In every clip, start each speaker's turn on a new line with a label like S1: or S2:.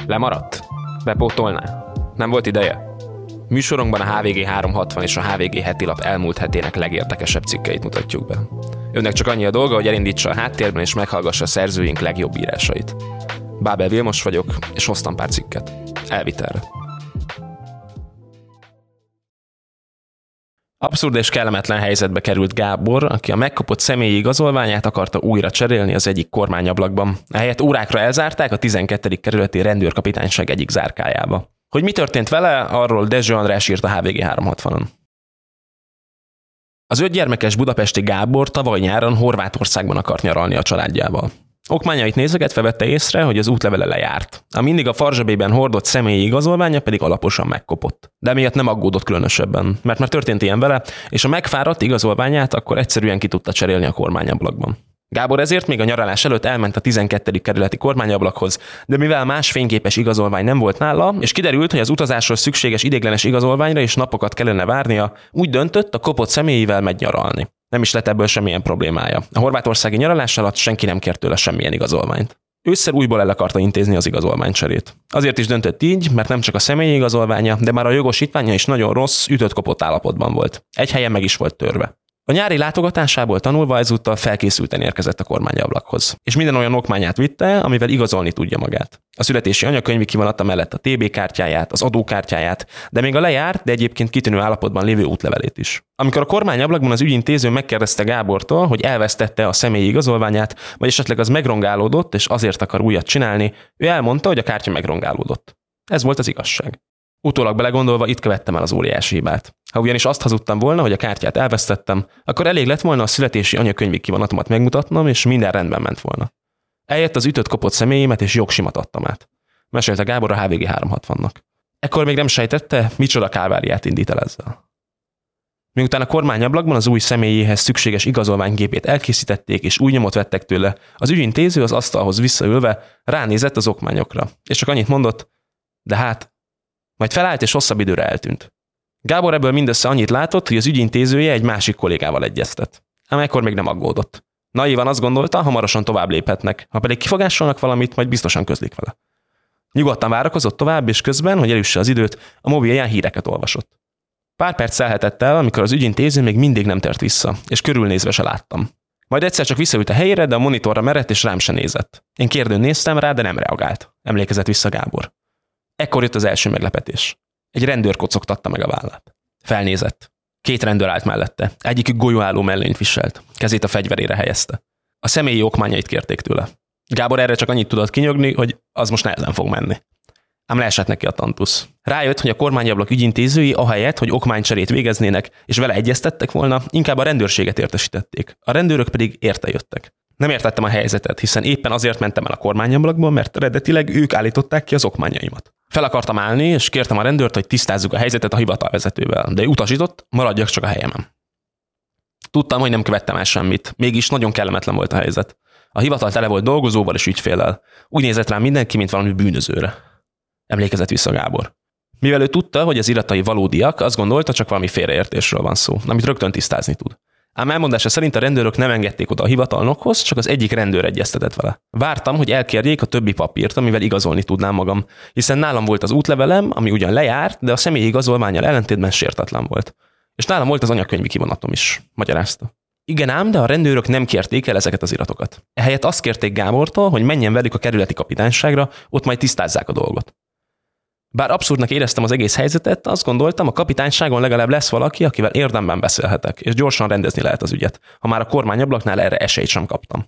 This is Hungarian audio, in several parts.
S1: Lemaradt? Bepótolná? Nem volt ideje? Műsorunkban a HVG 360 és a HVG heti lap elmúlt hetének legérdekesebb cikkeit mutatjuk be. Önnek csak annyi a dolga, hogy elindítsa a háttérben és meghallgassa a szerzőink legjobb írásait. Bábel Vilmos vagyok, és hoztam pár cikket. Elvitelre. Abszurd és kellemetlen helyzetbe került Gábor, aki a megkapott személyi igazolványát akarta újra cserélni az egyik kormányablakban. Ehelyett órákra elzárták a 12. kerületi rendőrkapitányság egyik zárkájába. Hogy mi történt vele, arról Dezső András írt a HVG 360-on. Az 5 gyermekes budapesti Gábor tavaly nyáron Horvátországban akart nyaralni a családjával. Okmányait nézegetve vette észre, hogy az útlevele lejárt. A mindig a farzsebében hordott személyi igazolványa pedig alaposan megkopott. De emiatt nem aggódott különösebben, mert már történt ilyen vele, és a megfáradt igazolványát akkor egyszerűen ki tudta cserélni a kormányablakban. Gábor ezért még a nyaralás előtt elment a 12. kerületi kormányablakhoz, de mivel más fényképes igazolvány nem volt nála, és kiderült, hogy az utazásról szükséges ideiglenes igazolványra is napokat kellene várnia, úgy döntött, a kopott személyivel megy nyaralni. Nem is lett ebből semmilyen problémája. A horvátországi nyaralás alatt senki nem kért tőle semmilyen igazolványt. Ősszel újból el akarta intézni az igazolványcserét. Azért is döntött így, mert nem csak a személyi igazolványa, de már a jogosítványa is nagyon rossz, ütött-kopott állapotban volt. Egy helyen meg is volt törve. A nyári látogatásából tanulva ezúttal felkészülten érkezett a kormányablakhoz, és minden olyan okmányát vitte, amivel igazolni tudja magát. A születési anyakönyvi kivonata mellett a TB kártyáját, az adókártyáját, de még a lejárt, de egyébként kitűnő állapotban lévő útlevelét is. Amikor a kormányablakban az ügyintéző megkérdezte Gábortól, hogy elvesztette a személyi igazolványát, vagy esetleg az megrongálódott, és azért akar újat csinálni, ő elmondta, hogy a kártya megrongálódott. Ez volt az igazság. Utólag belegondolva itt követtem el az óriási hibát. Ha ugyanis azt hazudtam volna, hogy a kártyát elvesztettem, akkor elég lett volna a születési anyakönyvi kivonatomat megmutatnom, és minden rendben ment volna. Eljött az ütött-kopott személyemet, és jogsimat adtam át. Mesélte Gábor a HVG 360-nak. Ekkor még nem sejtette, micsoda káváriát indít el ezzel. Miután a kormányablakban az új személyéhez szükséges igazolványgépét elkészítették, és új nyomot vettek tőle, az ügyintéző az asztalhoz visszaülve ránézett az okmányokra, és csak annyit mondott, de hát, majd felállt és hosszabb időre eltűnt. Gábor ebből mindössze annyit látott, hogy az ügyintézője egy másik kollégával egyeztet. Ám ekkor még nem aggódott. Naívan azt gondolta, hamarosan tovább léphetnek, ha pedig kifogásolnak valamit, majd biztosan közlik vele. Nyugodtan várakozott tovább, és közben, hogy elüsse az időt, a mobilján híreket olvasott. Pár perc szelhetett el, amikor az ügyintéző még mindig nem tért vissza, és körülnézve se láttam. Majd egyszer csak visszaült a helyére, de a monitorra merett és rám se nézett. Én kérdőn néztem rá, de nem reagált. Emlékezett vissza Gábor. Ekkor jött az első meglepetés. Egy rendőr kocogtatta meg a vállát. Felnézett. 2 rendőr állt mellette. Egyikük golyóálló mellényt viselt. Kezét a fegyverére helyezte. A személyi okmányait kérték tőle. Gábor erre csak annyit tudott kinyögni, hogy az most nehezen fog menni. Ám leesett neki a tantusz. Rájött, hogy a kormányablak ügyintézői ahelyett, hogy okmánycserét végeznének, és vele egyeztettek volna, inkább a rendőrséget értesítették. A rendőrök pedig érte jöttek. Nem értettem a helyzetet, hiszen éppen azért mentem el a kormányablakba, mert eredetileg ők állították ki az okmányaimat. Fel akartam állni, és kértem a rendőrt, hogy tisztázzuk a helyzetet a hivatalvezetővel, de ő utasított, maradjak csak a helyemen. Tudtam, hogy nem követtem el semmit, mégis nagyon kellemetlen volt a helyzet. A hivatal tele volt dolgozóval és ügyféllel. Úgy nézett rám mindenki, mint valami bűnözőre. Emlékezett vissza Gábor. Mivel ő tudta, hogy az iratai valódiak, azt gondolta, csak valami félreértésről van szó, amit rögtön tisztázni tud. Ám elmondása szerint a rendőrök nem engedték oda a hivatalnokhoz, csak az egyik rendőr egyeztetett vele. Vártam, hogy elkérjék a többi papírt, amivel igazolni tudnám magam, hiszen nálam volt az útlevelem, ami ugyan lejárt, de a személyi igazolvánnyal ellentétben sértetlen volt. És nálam volt az anyakönyvi kivonatom is, magyarázta. Igen ám, de a rendőrök nem kérték el ezeket az iratokat. Ehelyett azt kérték Gábortól, hogy menjen velük a kerületi kapitányságra, ott majd tisztázzák a dolgot. Bár abszurdnak éreztem az egész helyzetet, azt gondoltam, a kapitányságon legalább lesz valaki, akivel érdemben beszélhetek, és gyorsan rendezni lehet az ügyet, ha már a kormányablaknál erre esélyt sem kaptam.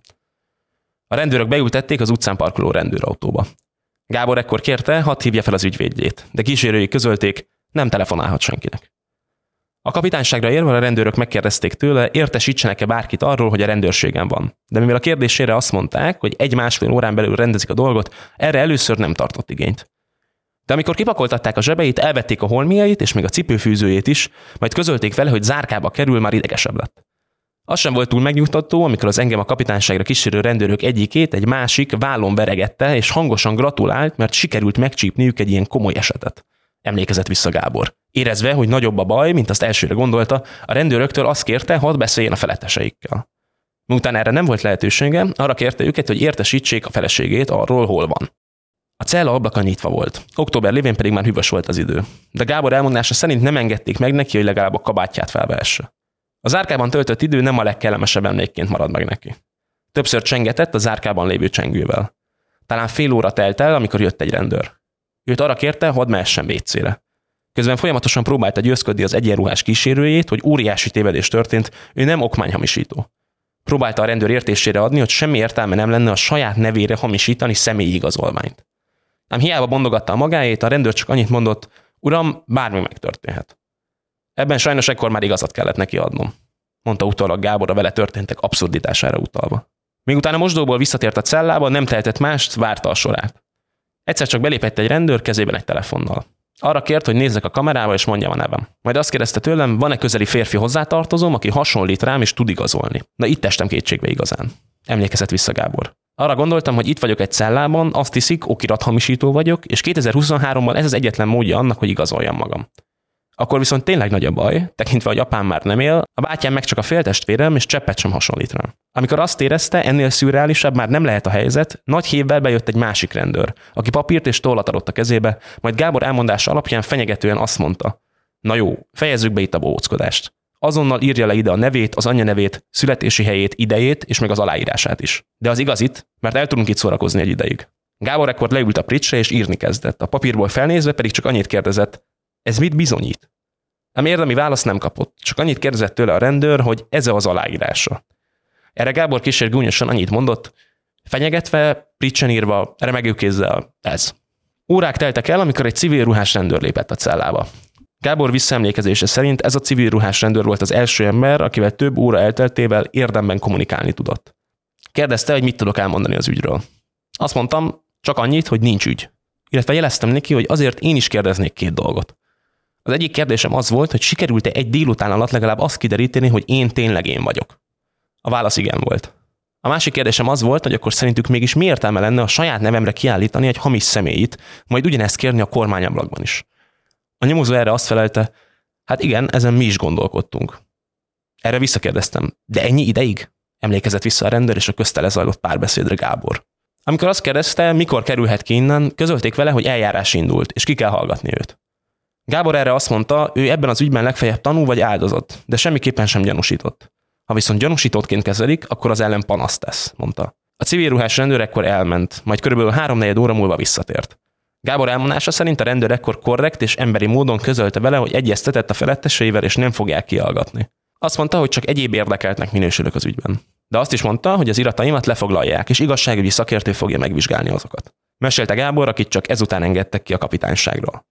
S1: A rendőrök beültették az utcán parkoló rendőrautóba. Gábor ekkor kérte, hadd hívja fel az ügyvédjét, de kísérői közölték, nem telefonálhat senkinek. A kapitányságra érve a rendőrök megkérdezték tőle, értesítsenek-e bárkit arról, hogy a rendőrségen van. De mivel a kérdésére azt mondták, hogy 1-1,5 órán belül rendezik a dolgot, erre először nem tartott igényt. De amikor kipakoltatták a zsebeit, elvették a holmiait és még a cipőfűzőjét is, majd közölték vele, hogy zárkába kerül, már idegesebb lett. Az sem volt túl megnyugtató, amikor az engem a kapitányságra kísérő rendőrök egyikét egy másik vállon veregette, és hangosan gratulált, mert sikerült megcsípniük egy ilyen komoly esetet. Emlékezett vissza Gábor. Érezve, hogy nagyobb a baj, mint azt elsőre gondolta, a rendőröktől azt kérte, hadd beszéljen a feletteseikkel. Miután erre nem volt lehetősége, arra kérte őket, hogy értesítsék a feleségét arról, hol van. A cella ablaka nyitva volt. Október lévén pedig már hűvös volt az idő. De Gábor elmondása szerint nem engedték meg neki, hogy legalább a kabátját felvehesse. Az árkában töltött idő nem a legkellemesebb emlékként marad meg neki. Többször csengetett a zárkában lévő csengővel. Talán fél óra telt el, amikor jött egy rendőr. Őt arra kérte, hadd mehessen vécére. Közben folyamatosan próbálta győzködni az egyenruhás kísérőjét, hogy óriási tévedés történt, ő nem okmányhamisító. Próbálta a rendőr értésére adni, hogy semmi értelme nem lenne a saját nevére hamisítani személyi igazolványt. Ám hiába bondogatta a magáét, a rendőr csak annyit mondott, uram, bármi megtörténhet. Ebben sajnos ekkor már igazat kellett neki adnom, mondta utólag Gábor a vele történtek abszurditására utalva. Miután a mosdóból visszatért a cellába, nem tehetett mást, várta a sorát. Egyszer csak belépett egy rendőr kezében egy telefonnal. Arra kért, hogy nézzek a kamerába és mondjam a nevem. Majd azt kérdezte tőlem, van-e közeli férfi hozzátartozóm, aki hasonlít rám és tud igazolni. Na itt estem kétségbe igazán. Emlékezett vissza Gábor. Arra gondoltam, hogy itt vagyok egy cellában, azt hiszik, okirathamisító vagyok, és 2023-ban ez az egyetlen módja annak, hogy igazoljam magam. Akkor viszont tényleg nagy a baj, tekintve, hogy apám már nem él, a bátyám meg csak a féltestvérem, és cseppet sem hasonlít rám. Amikor azt érezte, ennél szürreálisabb már nem lehet a helyzet, nagy hévvel bejött egy másik rendőr, aki papírt és tollat adott a kezébe, majd Gábor elmondása alapján fenyegetően azt mondta: na jó, fejezzük be itt a bohóckodást. Azonnal írja le ide a nevét, az anyja nevét, születési helyét, idejét és meg az aláírását is. De az igazit, mert el tudunk itt szórakozni egy ideig. Gábor ekkor leült a pricsre és írni kezdett, a papírból felnézve pedig csak annyit kérdezett: ez mit bizonyít? Ám érdemi választ nem kapott, csak annyit kérdezett tőle a rendőr, hogy ez az aláírása. Erre Gábor kísér gúnyosan annyit mondott: fenyegetve, pricsen írva, remegőkézzel, ez. Órák teltek el, amikor egy civil ruhás rendőr lépett a cellába. Gábor visszaemlékezése szerint ez a civil ruhás rendőr volt az első ember, akivel több óra elteltével érdemben kommunikálni tudott. Kérdezte, hogy mit tudok elmondani az ügyről. Azt mondtam, csak annyit, hogy nincs ügy. Illetve jeleztem neki, hogy azért én is kérdeznék 2 dolgot. Az egyik kérdésem az volt, hogy sikerült-e egy délután alatt legalább azt kideríteni, hogy én tényleg én vagyok. A válasz igen volt. A másik kérdésem az volt, hogy akkor szerintük mégis mi értelme lenne a saját nevemre kiállítani egy hamis személyit, majd ugyanezt kérni a kormányablakban is. A nyomozó erre azt felelte: hát igen, ezen mi is gondolkodtunk. Erre visszakérdeztem: de ennyi ideig? Emlékezett vissza a rendőr, és a közte lezajlott párbeszédre Gábor. Amikor azt kérdezte, mikor kerülhet ki innen, közölték vele, hogy eljárás indult, és ki kell hallgatni őt. Gábor erre azt mondta, ő ebben az ügyben legfeljebb tanú vagy áldozat, de semmiképpen sem gyanúsított. Ha viszont gyanúsítottként kezelik, akkor az ellen panaszt tesz, mondta. A civil ruhás rendőr ekkor elment, majd körülbelül 3-4 óra múlva visszatért. Gábor elmondása szerint a rendőr ekkor korrekt és emberi módon közölte vele, hogy egyeztetett a feletteseivel és nem fogják kihallgatni. Azt mondta, hogy csak egyéb érdekeltnek minősülök az ügyben. De azt is mondta, hogy az irataimat lefoglalják, és igazságügyi szakértő fogja megvizsgálni azokat. Mesélte Gábor, akit csak ezután engedtek ki a kapitányságról.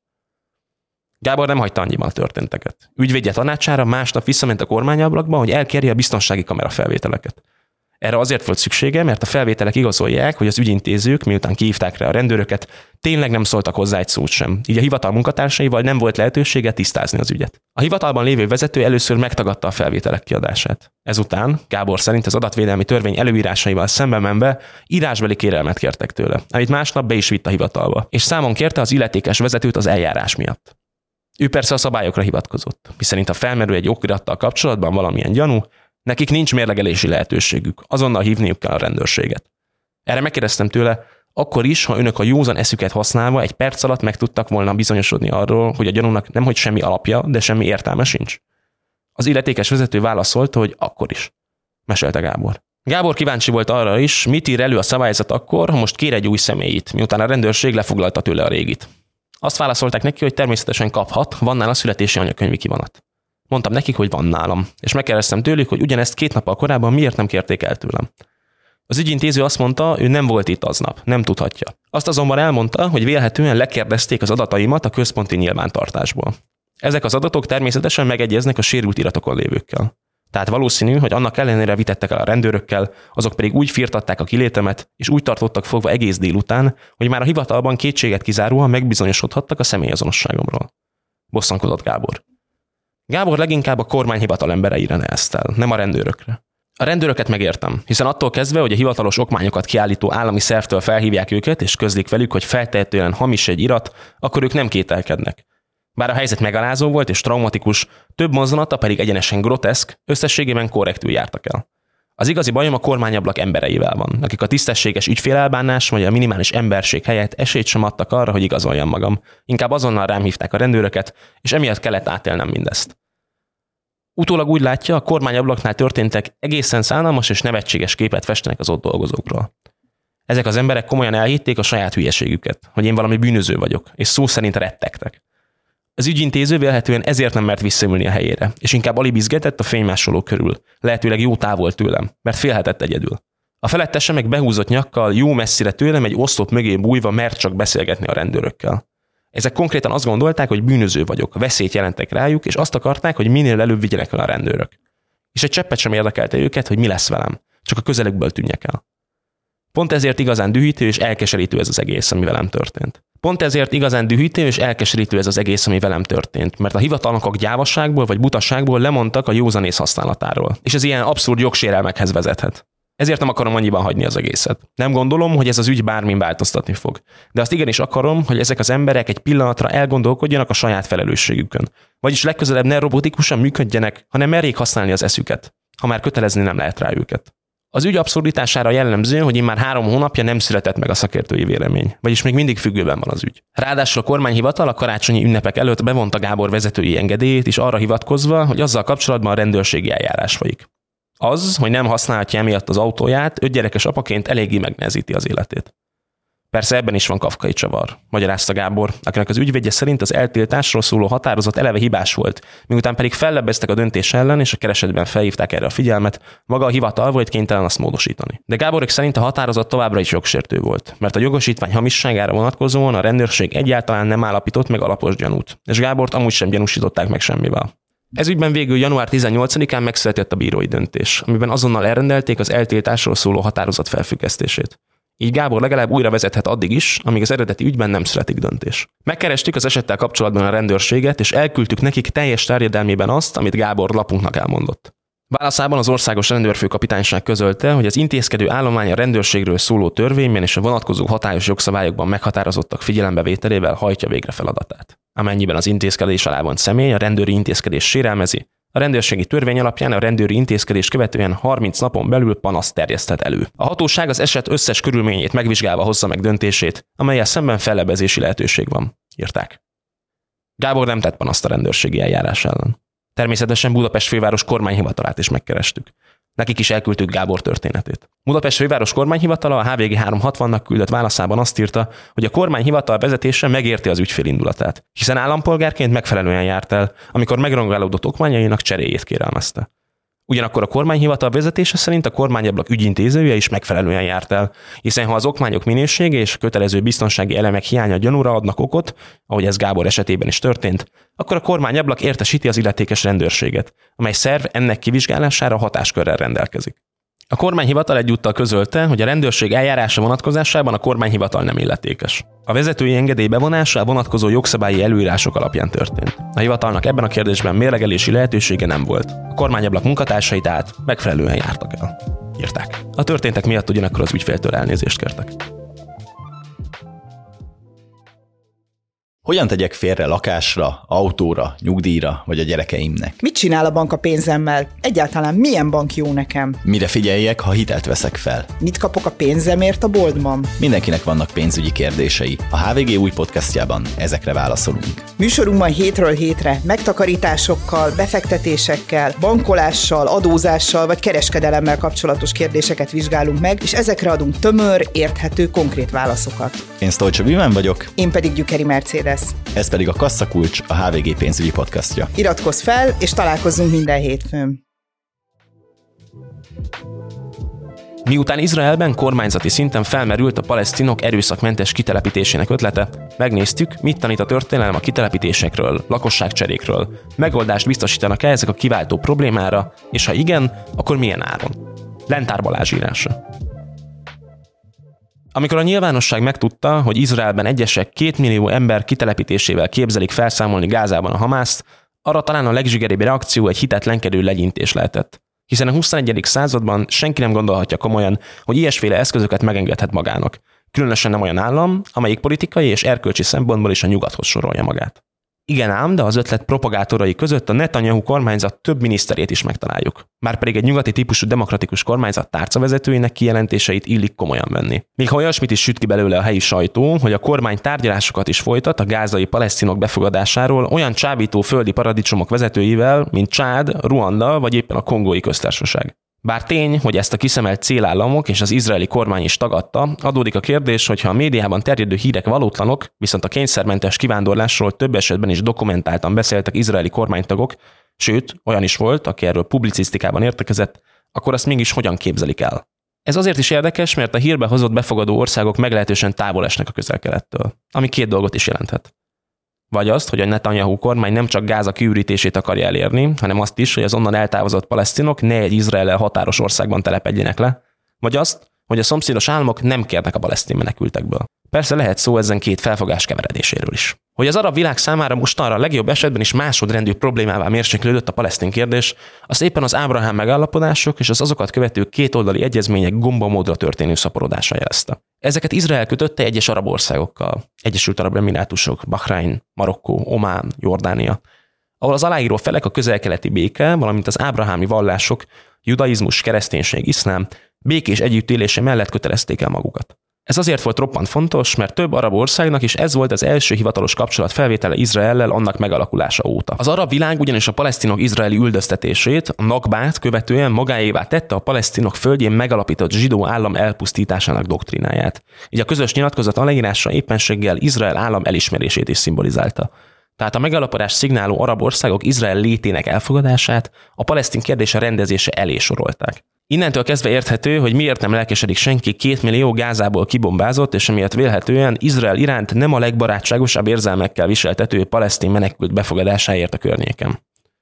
S1: Gábor nem hagyta annyiban a történteket. Ügyvédje tanácsára másnap visszament a kormányablakba, hogy elkérje a biztonsági kamera felvételeket. Erre azért volt szüksége, mert a felvételek igazolják, hogy az ügyintézők, miután kihívták rá a rendőröket, tényleg nem szóltak hozzá egy szót sem, így a hivatal munkatársaival nem volt lehetősége tisztázni az ügyet. A hivatalban lévő vezető először megtagadta a felvételek kiadását. Ezután Gábor szerint az adatvédelmi törvény előírásaival szembe menve írásbeli kérelmet kértek tőle, amit másnap be is vitt a hivatalba, és számon kérte az illetékes vezetőt az eljárás miatt. Ő persze a szabályokra hivatkozott, miszerint ha felmerül egy okirattal kapcsolatban valamilyen gyanú, nekik nincs mérlegelési lehetőségük, azonnal hívniuk kell a rendőrséget. Erre megkérdeztem tőle, akkor is, ha önök a józan eszüket használva egy perc alatt meg tudtak volna bizonyosodni arról, hogy a gyanúnak nemhogy semmi alapja, de semmi értelme sincs. Az illetékes vezető válaszolta, hogy akkor is. Mesélte Gábor. Gábor kíváncsi volt arra is, mit ír elő a szabályzat akkor, ha most kér egy új személyit, miután a rendőrség lefoglalta tőle a régit. Azt válaszolták neki, hogy természetesen kaphat, van nála születési anyakönyvi kivonat. Mondtam nekik, hogy van nálam, és megkérdeztem tőlük, hogy ugyanezt 2 nappal korábban miért nem kérték el tőlem. Az ügyintéző azt mondta, ő nem volt itt aznap, nem tudhatja. Azt azonban elmondta, hogy vélhetően lekérdezték az adataimat a központi nyilvántartásból. Ezek az adatok természetesen megegyeznek a sérült iratokon lévőkkel. Tehát valószínű, hogy annak ellenére vitettek el a rendőrökkel, azok pedig úgy firtatták a kilétemet, és úgy tartottak fogva egész délután, hogy már a hivatalban kétséget kizáróan megbizonyosodhattak a személyazonosságomról. Bosszankodott Gábor. Gábor leginkább a kormányhivatal embereire neheztel, nem a rendőrökre. A rendőröket megértem, hiszen attól kezdve, hogy a hivatalos okmányokat kiállító állami szervtől felhívják őket, és közlik velük, hogy feltehetően hamis egy irat, akkor ők nem kételkednek. Bár a helyzet megalázó volt és traumatikus, több mozdulata pedig egyenesen groteszk, összességében korrektül jártak el. Az igazi bajom a kormányablak embereivel van, akik a tisztességes ügyfélelbánás vagy a minimális emberség helyett esélyt sem adtak arra, hogy igazoljam magam. Inkább azonnal rám hívták a rendőröket, és emiatt kellett átélnem mindezt. Utólag úgy látja, a kormányablaknál történtek egészen szánalmas és nevetséges képet festenek az ott dolgozókról. Ezek az emberek komolyan elhitték a saját hülyeségüket, hogy én valami bűnöző vagyok, és szó szerint rettegtek. Az ügyintéző vélhetően ezért nem mert visszaülni a helyére, és inkább alibizgetett a fénymásoló körül, lehetőleg jó távol tőlem, mert félhetett egyedül. A felettese meg behúzott nyakkal jó messzire tőlem egy oszlop mögé bújva mert csak beszélgetni a rendőrökkel. Ezek konkrétan azt gondolták, hogy bűnöző vagyok, veszélyt jelentek rájuk, és azt akarták, hogy minél előbb vigyenek el a rendőrök. És egy cseppet sem érdekelte őket, hogy mi lesz velem, csak a közelükből tűnjek el. Pont ezért igazán dühítő és elkeserítő ez az egész, ami velem történt. Mert a hivatalnokok gyávasságból vagy butaságból lemondtak a józanész használatáról, és ez ilyen abszurd jogsérelmekhez vezethet. Ezért nem akarom annyiban hagyni az egészet. Nem gondolom, hogy ez az ügy bármin változtatni fog. De azt igenis akarom, hogy ezek az emberek egy pillanatra elgondolkodjanak a saját felelősségükön. Vagyis legközelebb ne robotikusan működjenek, hanem merjék használni az eszüket, ha már kötelezni nem lehet rá őket. Az ügy abszurditására jellemző, hogy immár 3 hónapja nem született meg a szakértői vélemény, vagyis még mindig függőben van az ügy. Ráadásul a kormányhivatal a karácsonyi ünnepek előtt bevonta Gábor vezetői engedélyét is arra hivatkozva, hogy azzal kapcsolatban a rendőrségi eljárás folyik. Az, hogy nem használhatja emiatt az autóját, 5 gyerekes apaként eléggé megnehezíti az életét. Persze ebben is van kafkai csavar, magyarázta Gábor, akinek az ügyvédje szerint az eltiltásról szóló határozat eleve hibás volt, miután pedig fellebbeztek a döntés ellen, és a keresetben felhívták erre a figyelmet, maga a hivatal volt kénytelen azt módosítani. De Gáborék szerint a határozat továbbra is jogsértő volt, mert a jogosítvány hamisságára vonatkozóan a rendőrség egyáltalán nem állapított meg alapos gyanút, és Gábort amúgy sem gyanúsították meg semmivel. Ez ügyben végül január 18-án megszületett a bírói döntés, amiben azonnal elrendelték az eltiltásról szóló határozat felfüggesztését. Így Gábor legalább újra vezethet addig is, amíg az eredeti ügyben nem születik döntés. Megkerestük az esettel kapcsolatban a rendőrséget, és elküldtük nekik teljes terjedelmében azt, amit Gábor lapunknak elmondott. Válaszában az országos rendőrfőkapitányság közölte, hogy az intézkedő állomány a rendőrségről szóló törvényben és a vonatkozó hatályos jogszabályokban meghatározottak figyelembevételével hajtja végre feladatát. Amennyiben az intézkedés alá vont személy a rendőri intézkedést sérelmezi, a rendőrségi törvény alapján a rendőri intézkedést követően 30 napon belül panaszt terjeszthet elő. A hatóság az eset összes körülményét megvizsgálva hozza meg döntését, amellyel szemben fellebbezési lehetőség van, írták. Gábor nem tett panaszt a rendőrségi eljárás ellen. Természetesen Budapest főváros kormányhivatalát is megkerestük. Nekik is elküldtük Gábor történetét. Budapest főváros kormányhivatala a HVG 360-nak küldött válaszában azt írta, hogy a kormányhivatal vezetése megérti az ügyfél indulatát, hiszen állampolgárként megfelelően járt el, amikor megrongálódott okmányainak cseréjét kérelmezte. Ugyanakkor a kormányhivatal vezetése szerint a kormányablak ügyintézője is megfelelően járt el, hiszen ha az okmányok minősége és a kötelező biztonsági elemek hiánya gyanúra adnak okot, ahogy ez Gábor esetében is történt, akkor a kormányablak értesíti az illetékes rendőrséget, amely szerv ennek kivizsgálására hatáskörrel rendelkezik. A kormányhivatal egyúttal közölte, hogy a rendőrség eljárása vonatkozásában a kormányhivatal nem illetékes. A vezetői engedély bevonása a vonatkozó jogszabályi előírások alapján történt. A hivatalnak ebben a kérdésben mérlegelési lehetősége nem volt. A kormányablak munkatársai tehát megfelelően jártak el, írták. A történtek miatt ugyanakkor az ügyféltől elnézést kértek.
S2: Hogyan tegyek félre lakásra, autóra, nyugdíjra vagy a gyerekeimnek?
S3: Mit csinál a bank a pénzemmel? Egyáltalán milyen bank jó nekem?
S2: Mire figyeljek, ha hitelt veszek fel?
S3: Mit kapok a pénzemért a boltban?
S2: Mindenkinek vannak pénzügyi kérdései. A HVG új podcastjában ezekre válaszolunk.
S3: Műsorunkban hétről hétre megtakarításokkal, befektetésekkel, bankolással, adózással vagy kereskedelemmel kapcsolatos kérdéseket vizsgálunk meg, és ezekre adunk tömör, érthető, konkrét válaszokat.
S2: Én Stolcsa Bűven vagyok.
S3: Én pedig Gyükeri Mercedes.
S2: Ez pedig a Kasszakulcs, a HVG pénzügyi podcastja.
S3: Iratkozz fel, és találkozzunk minden hétfőn.
S1: Miután Izraelben kormányzati szinten felmerült a palesztinok erőszakmentes kitelepítésének ötlete, megnéztük, mit tanít a történelem a kitelepítésekről, lakosságcserékről, megoldást biztosítanak-e ezek a kiváltó problémára, és ha igen, akkor milyen áron. Lentár Balázs írása. Amikor a nyilvánosság megtudta, hogy Izraelben egyesek 2 millió ember kitelepítésével képzelik felszámolni Gázában a Hamászt, arra talán a legzsigeribb reakció egy hitetlenkedő legyintés lehetett. Hiszen a 21. században senki nem gondolhatja komolyan, hogy ilyesféle eszközöket megengedhet magának. Különösen nem olyan állam, amelyik politikai és erkölcsi szempontból is a nyugathoz sorolja magát. Igen ám, de az ötlet propagátorai között a Netanyahu kormányzat több miniszterét is megtaláljuk. Márpedig egy nyugati típusú demokratikus kormányzat tárcavezetőinek kijelentéseit illik komolyan venni. Még ha olyasmit is süt ki belőle a helyi sajtó, hogy a kormány tárgyalásokat is folytat a gázai palesztinok befogadásáról olyan csábító földi paradicsomok vezetőivel, mint Csád, Ruanda vagy éppen a Kongói Köztársaság. Bár tény, hogy ezt a kiszemelt célállamok és az izraeli kormány is tagadta, adódik a kérdés, hogy ha a médiában terjedő hírek valótlanok, viszont a kényszermentes kivándorlásról több esetben is dokumentáltan beszéltek izraeli kormánytagok, sőt, olyan is volt, aki erről publicisztikában értekezett, akkor azt mégis hogyan képzelik el? Ez azért is érdekes, mert a hírbe hozott befogadó országok meglehetősen távol esnek a Közel-Kelettől, ami két dolgot is jelenthet. Vagy azt, hogy a Netanyahu kormány nem csak Gáza kiürítését akarja elérni, hanem azt is, hogy az onnan eltávozott palesztinok ne egy Izraellel határos országban telepedjenek le, vagy azt, hogy a szomszédos államok nem kérnek a palesztin menekültekből. Persze lehet szó ezen két felfogás keveredéséről is. Hogy az arab világ számára mostanra a legjobb esetben is másodrendű problémává mérséklődött a palesztin kérdés, azt éppen az Ábrahám megállapodások és az azokat követő kétoldali egyezmények gombamódra történő szaporodása jelezte. Ezeket Izrael kötötte egyes arab országokkal, Egyesült Arab Emirátusok, Bahrein, Marokkó, Omán, Jordánia, ahol az aláíró felek a közel-keleti béke, valamint az ábrahámi vallások, judaizmus, kereszténység, iszlám, békés együttélése mellett kötelezték el magukat. Ez azért volt roppant fontos, mert több arab országnak is ez volt az első hivatalos kapcsolat felvétele Izraellel annak megalakulása óta. Az arab világ ugyanis a palesztinok izraeli üldöztetését, a Nakbát követően magáévá tette a palesztinok földjén megalapított zsidó állam elpusztításának doktrináját. Így a közös nyilatkozat aláírása éppenséggel Izrael állam elismerését is szimbolizálta. Tehát a megalapodás szignáló arab országok Izrael létének elfogadását a palesztin kérdése rendezése elé sorolták. Innentől kezdve érthető, hogy miért nem lelkesedik senki 2 millió Gázából kibombázott, és emiatt vélhetően Izrael iránt nem a legbarátságosabb érzelmekkel viseltető palesztin menekült befogadásáért a környéken.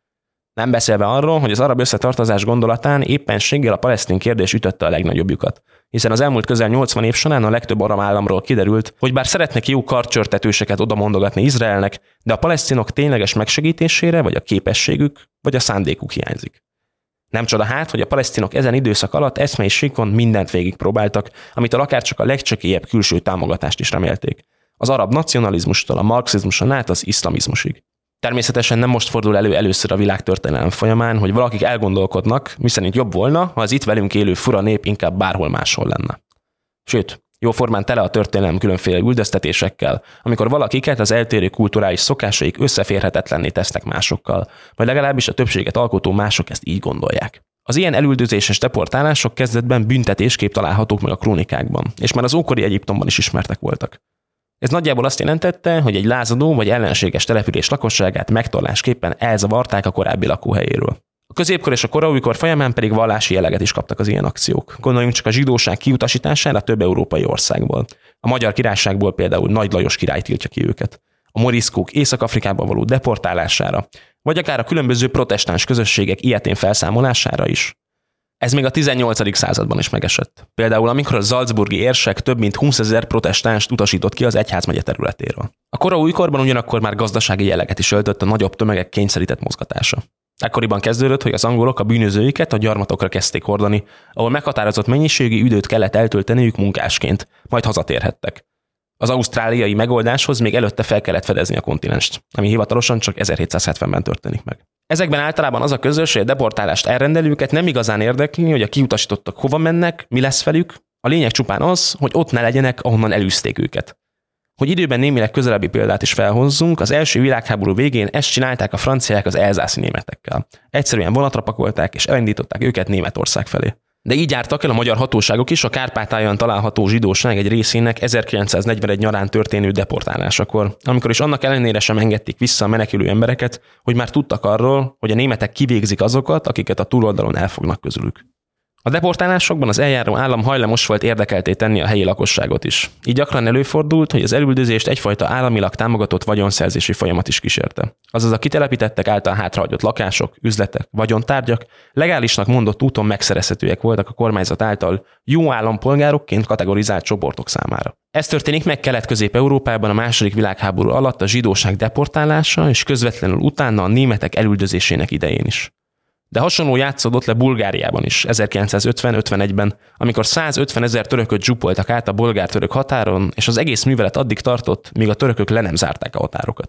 S1: Nem beszélve arról, hogy az arab összetartozás gondolatán éppenséggel a palesztin kérdés ütötte a legnagyobb lyukat, hiszen az elmúlt közel 80 év során a legtöbb arab államról kiderült, hogy bár szeretnek jó karcsörtetőseket odamondogatni Izraelnek, de a palesztinok tényleges megsegítésére vagy a képességük, vagy a szándékuk hiányzik. Nem csoda hát, hogy a palesztinok ezen időszak alatt eszmei síkon mindent végigpróbáltak, amitől akár csak a legcsekélyebb külső támogatást is remélték. Az arab nacionalizmustól a marxizmuson át az iszlamizmusig. Természetesen nem most fordul elő először a világtörténelem folyamán, hogy valakik elgondolkodnak, miszerint jobb volna, ha az itt velünk élő fura nép inkább bárhol máshol lenne. Sőt, jóformán tele a történelem különféle üldöztetésekkel, amikor valakiket az eltérő kulturális szokásaik összeférhetetlenné tesznek másokkal, vagy legalábbis a többséget alkotó mások ezt így gondolják. Az ilyen elüldözéses deportálások kezdetben büntetésképp találhatók meg a krónikákban, és már az ókori Egyiptomban is ismertek voltak. Ez nagyjából azt jelentette, hogy egy lázadó vagy ellenséges település lakosságát megtorlásképpen elzavarták a korábbi lakóhelyéről. A középkor és a koraújkor folyamán pedig vallási jelleget is kaptak az ilyen akciók. Gondoljunk csak a zsidóság kiutasítására több európai országból. A Magyar Királyságból például Nagy Lajos király tiltja ki őket. A moriszkók Észak-Afrikában való deportálására, vagy akár a különböző protestáns közösségek ilyetén felszámolására is. Ez még a 18. században is megesett. Például amikor a salzburgi érsek több mint 20 000 protestánst utasított ki az egyházmegye területéről. A koraújkorban ugyanakkor már gazdasági jelleget is öltött a nagyobb tömegek kényszerített mozgatása. Ekkoriban kezdődött, hogy az angolok a bűnözőiket a gyarmatokra kezdték hordani, ahol meghatározott mennyiségű időt kellett eltölteniük munkásként, majd hazatérhettek. Az ausztráliai megoldáshoz még előtte fel kellett fedezni a kontinenst, ami hivatalosan csak 1770-ben történik meg. Ezekben általában az a közös, hogy a deportálást elrendelőket nem igazán érdekli, hogy a kiutasítottak hova mennek, mi lesz velük, a lényeg csupán az, hogy ott ne legyenek, ahonnan elűzték őket. Hogy időben némileg közelebbi példát is felhozzunk, az első világháború végén ezt csinálták a franciák az elzászi németekkel. Egyszerűen vonatra pakolták és elindították őket Németország felé. De így jártak el a magyar hatóságok is a Kárpátalján található zsidóság egy részének 1941 nyarán történő deportálásakor, amikor is annak ellenére sem engedték vissza a menekülő embereket, hogy már tudtak arról, hogy a németek kivégzik azokat, akiket a túloldalon elfognak közülük. A deportálásokban az eljáró állam hajlamos volt érdekelté tenni a helyi lakosságot is. Így gyakran előfordult, hogy az elüldözést egyfajta államilag támogatott vagyonszerzési folyamat is kísérte. Azaz a kitelepítettek által hátrahagyott lakások, üzletek, vagyontárgyak legálisnak mondott úton megszerezhetőek voltak a kormányzat által jó állampolgárokként kategorizált csoportok számára. Ez történik meg Kelet-Közép-Európában a II. Világháború alatt a zsidóság deportálása és közvetlenül utána a németek elüldözésének idején is. De hasonló játszódott le Bulgáriában is 1950-51-ben, amikor 150 000 törököt zsupoltak át a bolgár-török határon, és az egész művelet addig tartott, míg a törökök le nem zárták a határokat.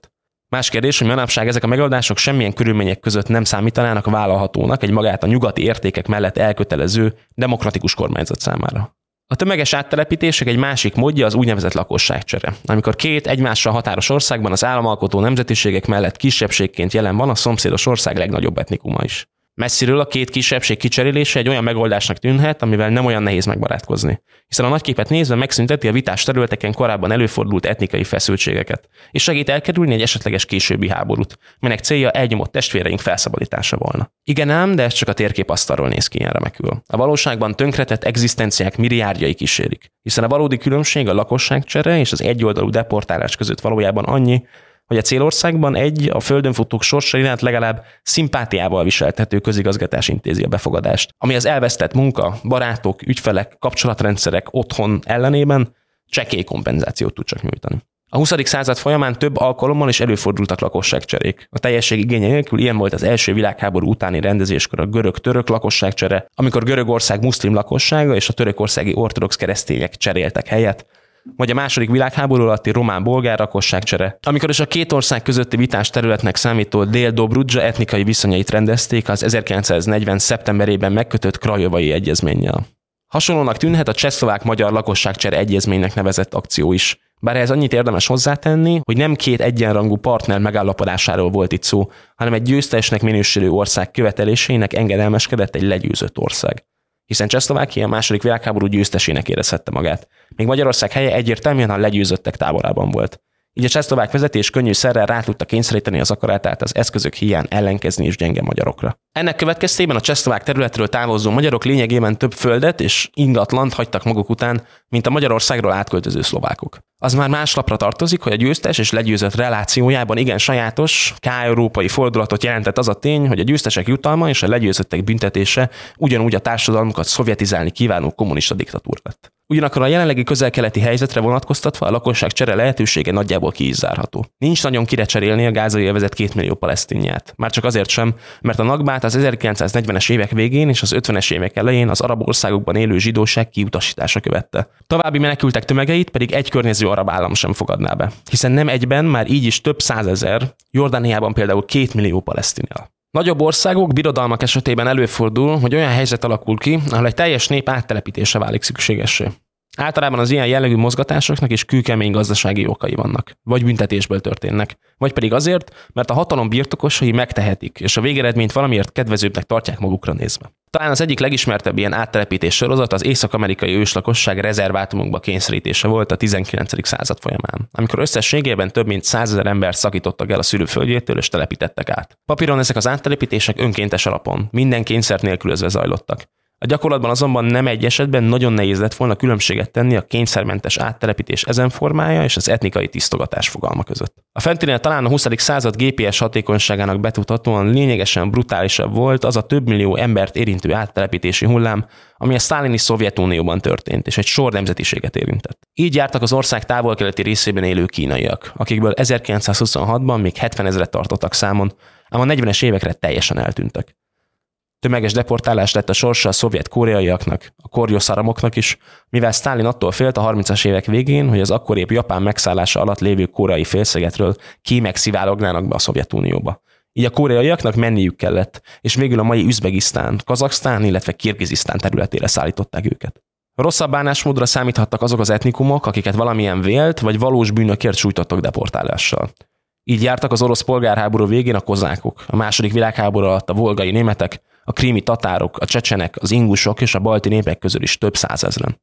S1: Más kérdés, hogy manapság ezek a megoldások semmilyen körülmények között nem számítanának vállalhatónak egy magát a nyugati értékek mellett elkötelező demokratikus kormányzat számára. A tömeges áttelepítések egy másik módja az úgynevezett lakosságcsere, amikor két egymással határos országban az államalkotó nemzetiségek mellett kisebbségként jelen van a szomszédos ország legnagyobb etnikuma is. Messziről a két kisebbség kicserélése egy olyan megoldásnak tűnhet, amivel nem olyan nehéz megbarátkozni, hiszen a nagyképet nézve megszünteti a vitás területeken korábban előfordult etnikai feszültségeket, és segít elkerülni egy esetleges későbbi háborút, melynek célja elnyomott testvéreink felszabadítása volna. Igen ám, de ez csak a térképasztalról néz ki ilyen remekül. A valóságban tönkretett egzisztenciák milliárdjai kísérik, hiszen a valódi különbség a lakosságcsere és az egyoldalú deportálás között valójában annyi, hogy a célországban a földön futók sorsa iránt legalább szimpátiával viseltető közigazgatás intézi a befogadást, ami az elvesztett munka, barátok, ügyfelek, kapcsolatrendszerek otthon ellenében csekély kompenzációt tud csak nyújtani. A 20. század folyamán több alkalommal is előfordultak lakosságcserék. A teljesség igénye nélkül ilyen volt az első világháború utáni rendezéskor a görög-török lakosságcsere, amikor Görögország muszlim lakossága és a törökországi ortodox keresztények cseréltek helyet, vagy a második világháború alatti román-bolgár lakosságcsere, amikor is a két ország közötti vitás területnek számító Dél-Dobrudzsa etnikai viszonyait rendezték az 1940. szeptemberében megkötött Krajovai egyezménnyel. Hasonlónak tűnhet a csehszlovák-magyar lakosságcsere egyezménynek nevezett akció is, bár ehhez annyit érdemes hozzátenni, hogy nem két egyenrangú partner megállapodásáról volt itt szó, hanem egy győztesnek minősülő ország követelésének engedelmeskedett egy legyőzött ország. Hiszen Csehszlovákia a második világháború győztesének érezhette magát, még Magyarország helye egyértelműen a legyőzöttek táborában volt. Így a csehszlovák vezetés könnyű szerrel rá tudta kényszeríteni az akaratát az eszközök hiány ellenkezni is gyenge magyarokra. Ennek következtében a csehszlovák területről távozó magyarok lényegében több földet és ingatlant hagytak maguk után, mint a Magyarországról átköltöző szlovákok. Az már más lapra tartozik, hogy a győztes és legyőzött relációjában igen sajátos, európai fordulatot jelentett az a tény, hogy a győztesek jutalma és a legyőzöttek büntetése ugyanúgy a társadalmukat szovjetizálni kívánó kommunista diktatúra lett. Ugyanakkor a jelenlegi közel-keleti helyzetre vonatkoztatva a lakosság csere lehetősége nagyjából ki is zárható. Nincs nagyon kire cserélni a gázai övezet 2 millió palesztinját. Már csak azért sem, mert a Nakbát az 1940-es évek végén és az 50-es évek elején az arab országokban élő zsidóság kiutasítása követte. További menekültek tömegeit pedig egy környező arab állam sem fogadná be, hiszen nem egyben már így is több százezer, Jordániában például 2 millió palesztin él. Nagyobb országok, birodalmak esetében előfordul, hogy olyan helyzet alakul ki, ahol egy teljes nép áttelepítése válik szükségessé. Általában az ilyen jellegű mozgatásoknak is kőkemény gazdasági okai vannak, vagy büntetésből történnek, vagy pedig azért, mert a hatalom birtokosai megtehetik, és a végeredményt valamiért kedvezőbbnek tartják magukra nézve. Talán az egyik legismertebb ilyen áttelepítés sorozat az észak-amerikai őslakosság rezervátumokba kényszerítése volt a 19. század folyamán, amikor összességében több mint 100 000 embert szakítottak el a szülőföldjétől és telepítettek át. Papíron ezek az áttelepítések önkéntes alapon, minden kényszert nélkülözve zajlottak. A gyakorlatban azonban nem egy esetben nagyon nehéz lett volna különbséget tenni a kényszermentes áttelepítés ezen formája és az etnikai tisztogatás fogalma között. A fentinél talán a 20. század GPS hatékonyságának betudhatóan lényegesen brutálisabb volt az a több millió embert érintő áttelepítési hullám, ami a sztálini Szovjetunióban történt, és egy sor nemzetiséget érintett. Így jártak az ország távol-keleti részében élő kínaiak, akikből 1926-ban még 70 000-et tartottak számon, ám a 40-es évekre teljesen eltűntek. Tömeges deportálás lett a sorsa a szovjet koreaiaknak, a korjoszaramoknak is, mivel Sztálin attól félt a 30-as évek végén, hogy az akkor épp Japán megszállása alatt lévő koreai félszigetről kémek szivárognának be a Szovjetunióba. Így a koreaiaknak menniük kellett, és végül a mai Üzbegisztán, Kazaksztán, illetve Kirgizisztán területére szállították őket. Rosszabb bánásmódra számíthattak azok az etnikumok, akiket valamilyen vélt vagy valós bűnökért sújtottak deportálással. Így jártak az orosz polgárháború végén a kozákok, a második világháború alatt a volgai németek, a krími tatárok, a csecsenek, az ingusok és a balti népek közül is több százezren.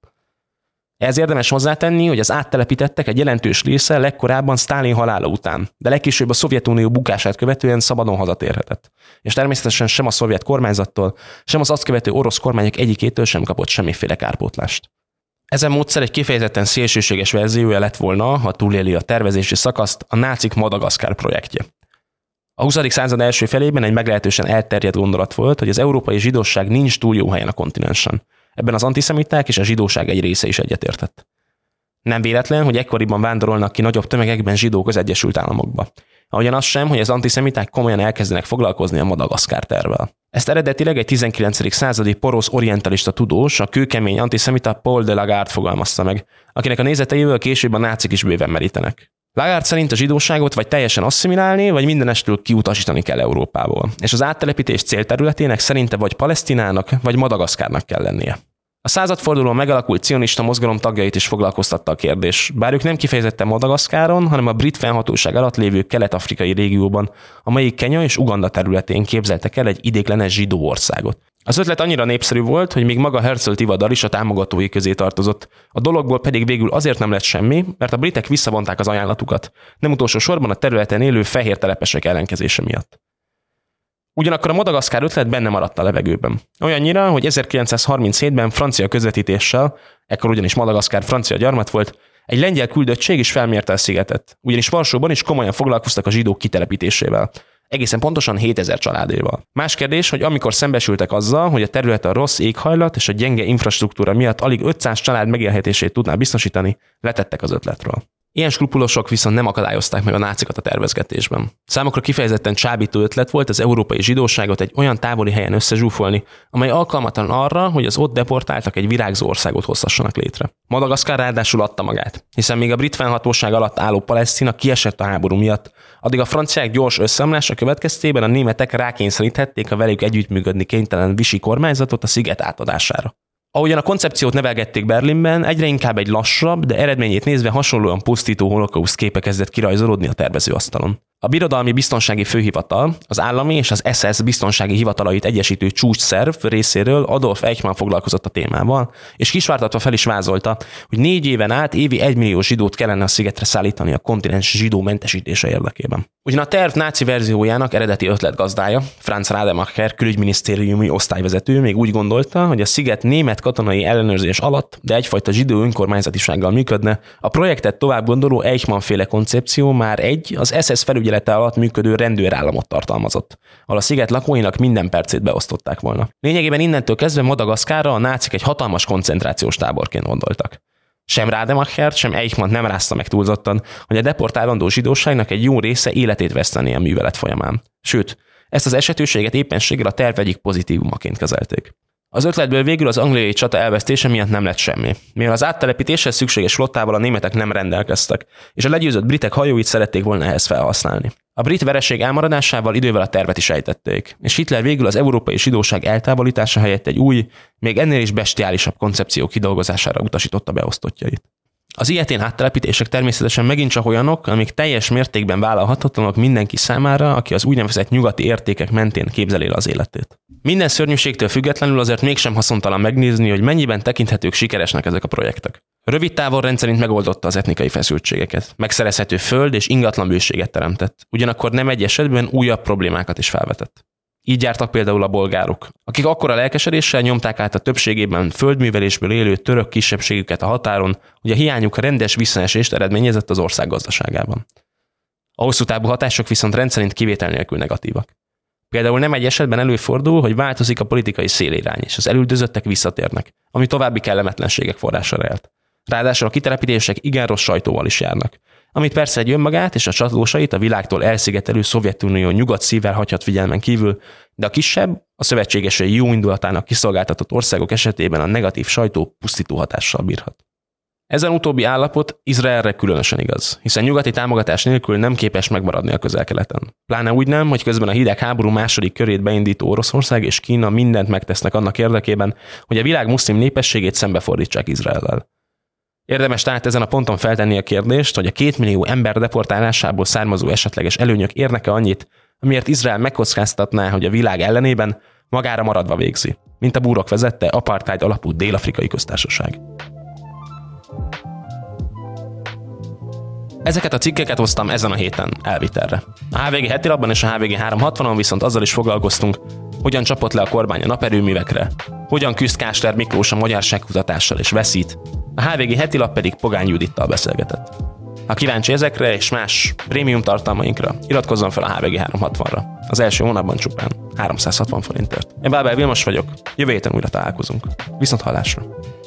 S1: Ehhez érdemes hozzátenni, hogy az áttelepítettek egy jelentős része legkorábban Sztálin halála után, de legkésőbb a Szovjetunió bukását követően szabadon hazatérhetett. És természetesen sem a szovjet kormányzattól, sem az azt követő orosz kormányok egyikétől sem kapott semmiféle kárpótlást. Ezen módszer egy kifejezetten szélsőséges verziója lett volna, ha túléli a tervezési szakaszt, a nácik Madagaszkár projektje. A 20. század első felében egy meglehetősen elterjedt gondolat volt, hogy az európai zsidóság nincs túl jó helyen a kontinensen. Ebben az antiszemiták és a zsidóság egy része is egyetértett. Nem véletlen, hogy ekkoriban vándorolnak ki nagyobb tömegekben zsidók az Egyesült Államokba. Ahogyan az sem, hogy az antiszemiták komolyan elkezdenek foglalkozni a Madagaszkár tervvel. Ezt eredetileg egy 19. századi porosz orientalista tudós, a kőkemény antiszemita Paul de Lagarde fogalmazta meg, akinek a nézeteiből később a nácik is bőven merítenek. Lagarde szerint a zsidóságot vagy teljesen asszimilálni, vagy mindenestől kiutasítani kell Európából, és az áttelepítés célterületének szerinte vagy Palesztinának, vagy Madagaszkárnak kell lennie. A századfordulón megalakult cionista mozgalom tagjait is foglalkoztatta a kérdés, bár ők nem kifejezetten Madagaszkáron, hanem a brit fennhatóság alatt lévő kelet-afrikai régióban, amelyik Kenya és Uganda területén képzeltek el egy idéglenes zsidó országot. Az ötlet annyira népszerű volt, hogy még maga Herzl Tivadar is a támogatói közé tartozott. A dologból pedig végül azért nem lett semmi, mert a britek visszavonták az ajánlatukat, nem utolsó sorban a területen élő fehér telepesek ellenkezése miatt. Ugyanakkor a Madagaszkár ötlet benne maradt a levegőben. Olyannyira, hogy 1937-ben francia közvetítéssel, ekkor ugyanis Madagaszkár francia gyarmat volt, egy lengyel küldöttség is felmérte a szigetet, ugyanis Varsóban is komolyan foglalkoztak a zsidók kitelepítésével. Egészen pontosan 7000 családéval. Más kérdés, hogy amikor szembesültek azzal, hogy a terület a rossz éghajlat és a gyenge infrastruktúra miatt alig 500 család megélhetését tudná biztosítani, letettek az ötletről. Ilyen skrupulosok viszont nem akadályozták meg a nácikat a tervezgetésben. Számukra kifejezetten csábító ötlet volt az európai zsidóságot egy olyan távoli helyen összezsúfolni, amely alkalmatlan arra, hogy az ott deportáltak egy virágzó országot hozhassanak létre. Madagaszkár ráadásul adta magát, hiszen még a brit fennhatóság alatt álló Palesztina kiesett a háború miatt, addig a franciák gyors összeomlása következtében a németek rákényszeríthették a velük együttműködni kénytelen Vichy kormányzatot a sziget átadására. Ahogyan a koncepciót nevelgették Berlinben, egyre inkább egy lassabb, de eredményét nézve hasonlóan pusztító holokauszt képe kezdett kirajzolódni a tervezőasztalon. A Birodalmi Biztonsági Főhivatal, az állami és az SS biztonsági hivatalait egyesítő csúcsszerv részéről Adolf Eichmann foglalkozott a témával, és kisvártatva fel is vázolta, hogy 4 éven át évi 1 millió zsidót kellene a szigetre szállítani a kontinens zsidó mentesítése érdekében. Ugyan a terv náci verziójának eredeti ötletgazdája, Franz Rademacher külügyminisztériumi osztályvezető még úgy gondolta, hogy a sziget német katonai ellenőrzés alatt, de egyfajta zsidó önkormányzatisággal működne, a projektet tovább gondoló Eichmann-féle koncepció már az SS felügyelete alatt működő rendőrállamot tartalmazott, ahol a sziget lakóinak minden percét beosztották volna. Lényegében innentől kezdve Madagaszkárra a nácik egy hatalmas koncentrációs táborként gondoltak. Sem Rademachert, sem Eichmann nem rázta meg túlzottan, hogy a deportálandó zsidóságnak egy jó része életét vesztené a művelet folyamán. Sőt, ezt az esetőséget éppenséggel a terv egyik pozitívumaként kezelték. Az ötletből végül az angliai csata elvesztése miatt nem lett semmi, mivel az áttelepítéshez szükséges flottával a németek nem rendelkeztek, és a legyőzött britek hajóit szerették volna ehhez felhasználni. A brit vereség elmaradásával idővel a tervet is ejtették, és Hitler végül az európai zsidóság eltávolítása helyett egy új, még ennél is bestiálisabb koncepció kidolgozására utasította beosztottjait. Az ilyetén áttelepítések természetesen megint csak olyanok, amik teljes mértékben vállalhatatlanok mindenki számára, aki az úgynevezett nyugati értékek mentén képzeli az életét. Minden szörnyűségtől függetlenül azért mégsem haszontalan megnézni, hogy mennyiben tekinthetők sikeresnek ezek a projektek. Rövid távon rendszerint megoldotta az etnikai feszültségeket, megszerezhető föld és ingatlan bőséget teremtett, ugyanakkor nem egy esetben újabb problémákat is felvetett. Így jártak például a bolgárok, akik akkora lelkesedéssel nyomták át a többségében földművelésből élő török kisebbségüket a határon, hogy a hiányuk rendes visszaesést eredményezett az ország gazdaságában. A hosszú távú hatások viszont rendszerint kivétel nélkül negatívak. Például nem egy esetben előfordul, hogy változik a politikai szélirány, és az elüldözöttek visszatérnek, ami további kellemetlenségek forrására élt. Ráadásul a kitelepítések igen rossz sajtóval is járnak, amit persze egy önmagát és a csatlósait a világtól elszigetelő Szovjetunió nyugat szívvel hagyhat figyelmen kívül, de a kisebb, a szövetségesei jó indulatának kiszolgáltatott országok esetében a negatív sajtó pusztító hatással bírhat. Ezen utóbbi állapot Izraelre különösen igaz, hiszen nyugati támogatás nélkül nem képes megmaradni a Közel-Keleten. Pláne úgy nem, hogy közben a hidegháború második körét beindító Oroszország és Kína mindent megtesznek annak érdekében, hogy a világ muszlim népességét szembefordítsák Izraellel. Érdemes tehát ezen a ponton feltenni a kérdést, hogy a 2 millió ember deportálásából származó esetleges előnyök érnek-e annyit, amiért Izrael megkockáztatná, hogy a világ ellenében magára maradva végzi, mint a búrok vezette apartheid alapú Dél-Afrikai Köztársaság. Ezeket a cikkeket hoztam ezen a héten elvitelre. A HVG hetilapban és a HVG 360-on viszont azzal is foglalkoztunk, hogyan csapott le a kormány a naperőművekre, hogyan küzd Kásler Miklós a magyarságkutatással és veszít, a HVG hetilap pedig Pogány Judittal beszélgetett. Ha kíváncsi ezekre és más prémium tartalmainkra, iratkozzon fel a HVG 360-ra. Az első hónapban csupán 360 forintért. Én Bábel Vilmos vagyok, jövő héten újra találkozunk. Viszont hallásra!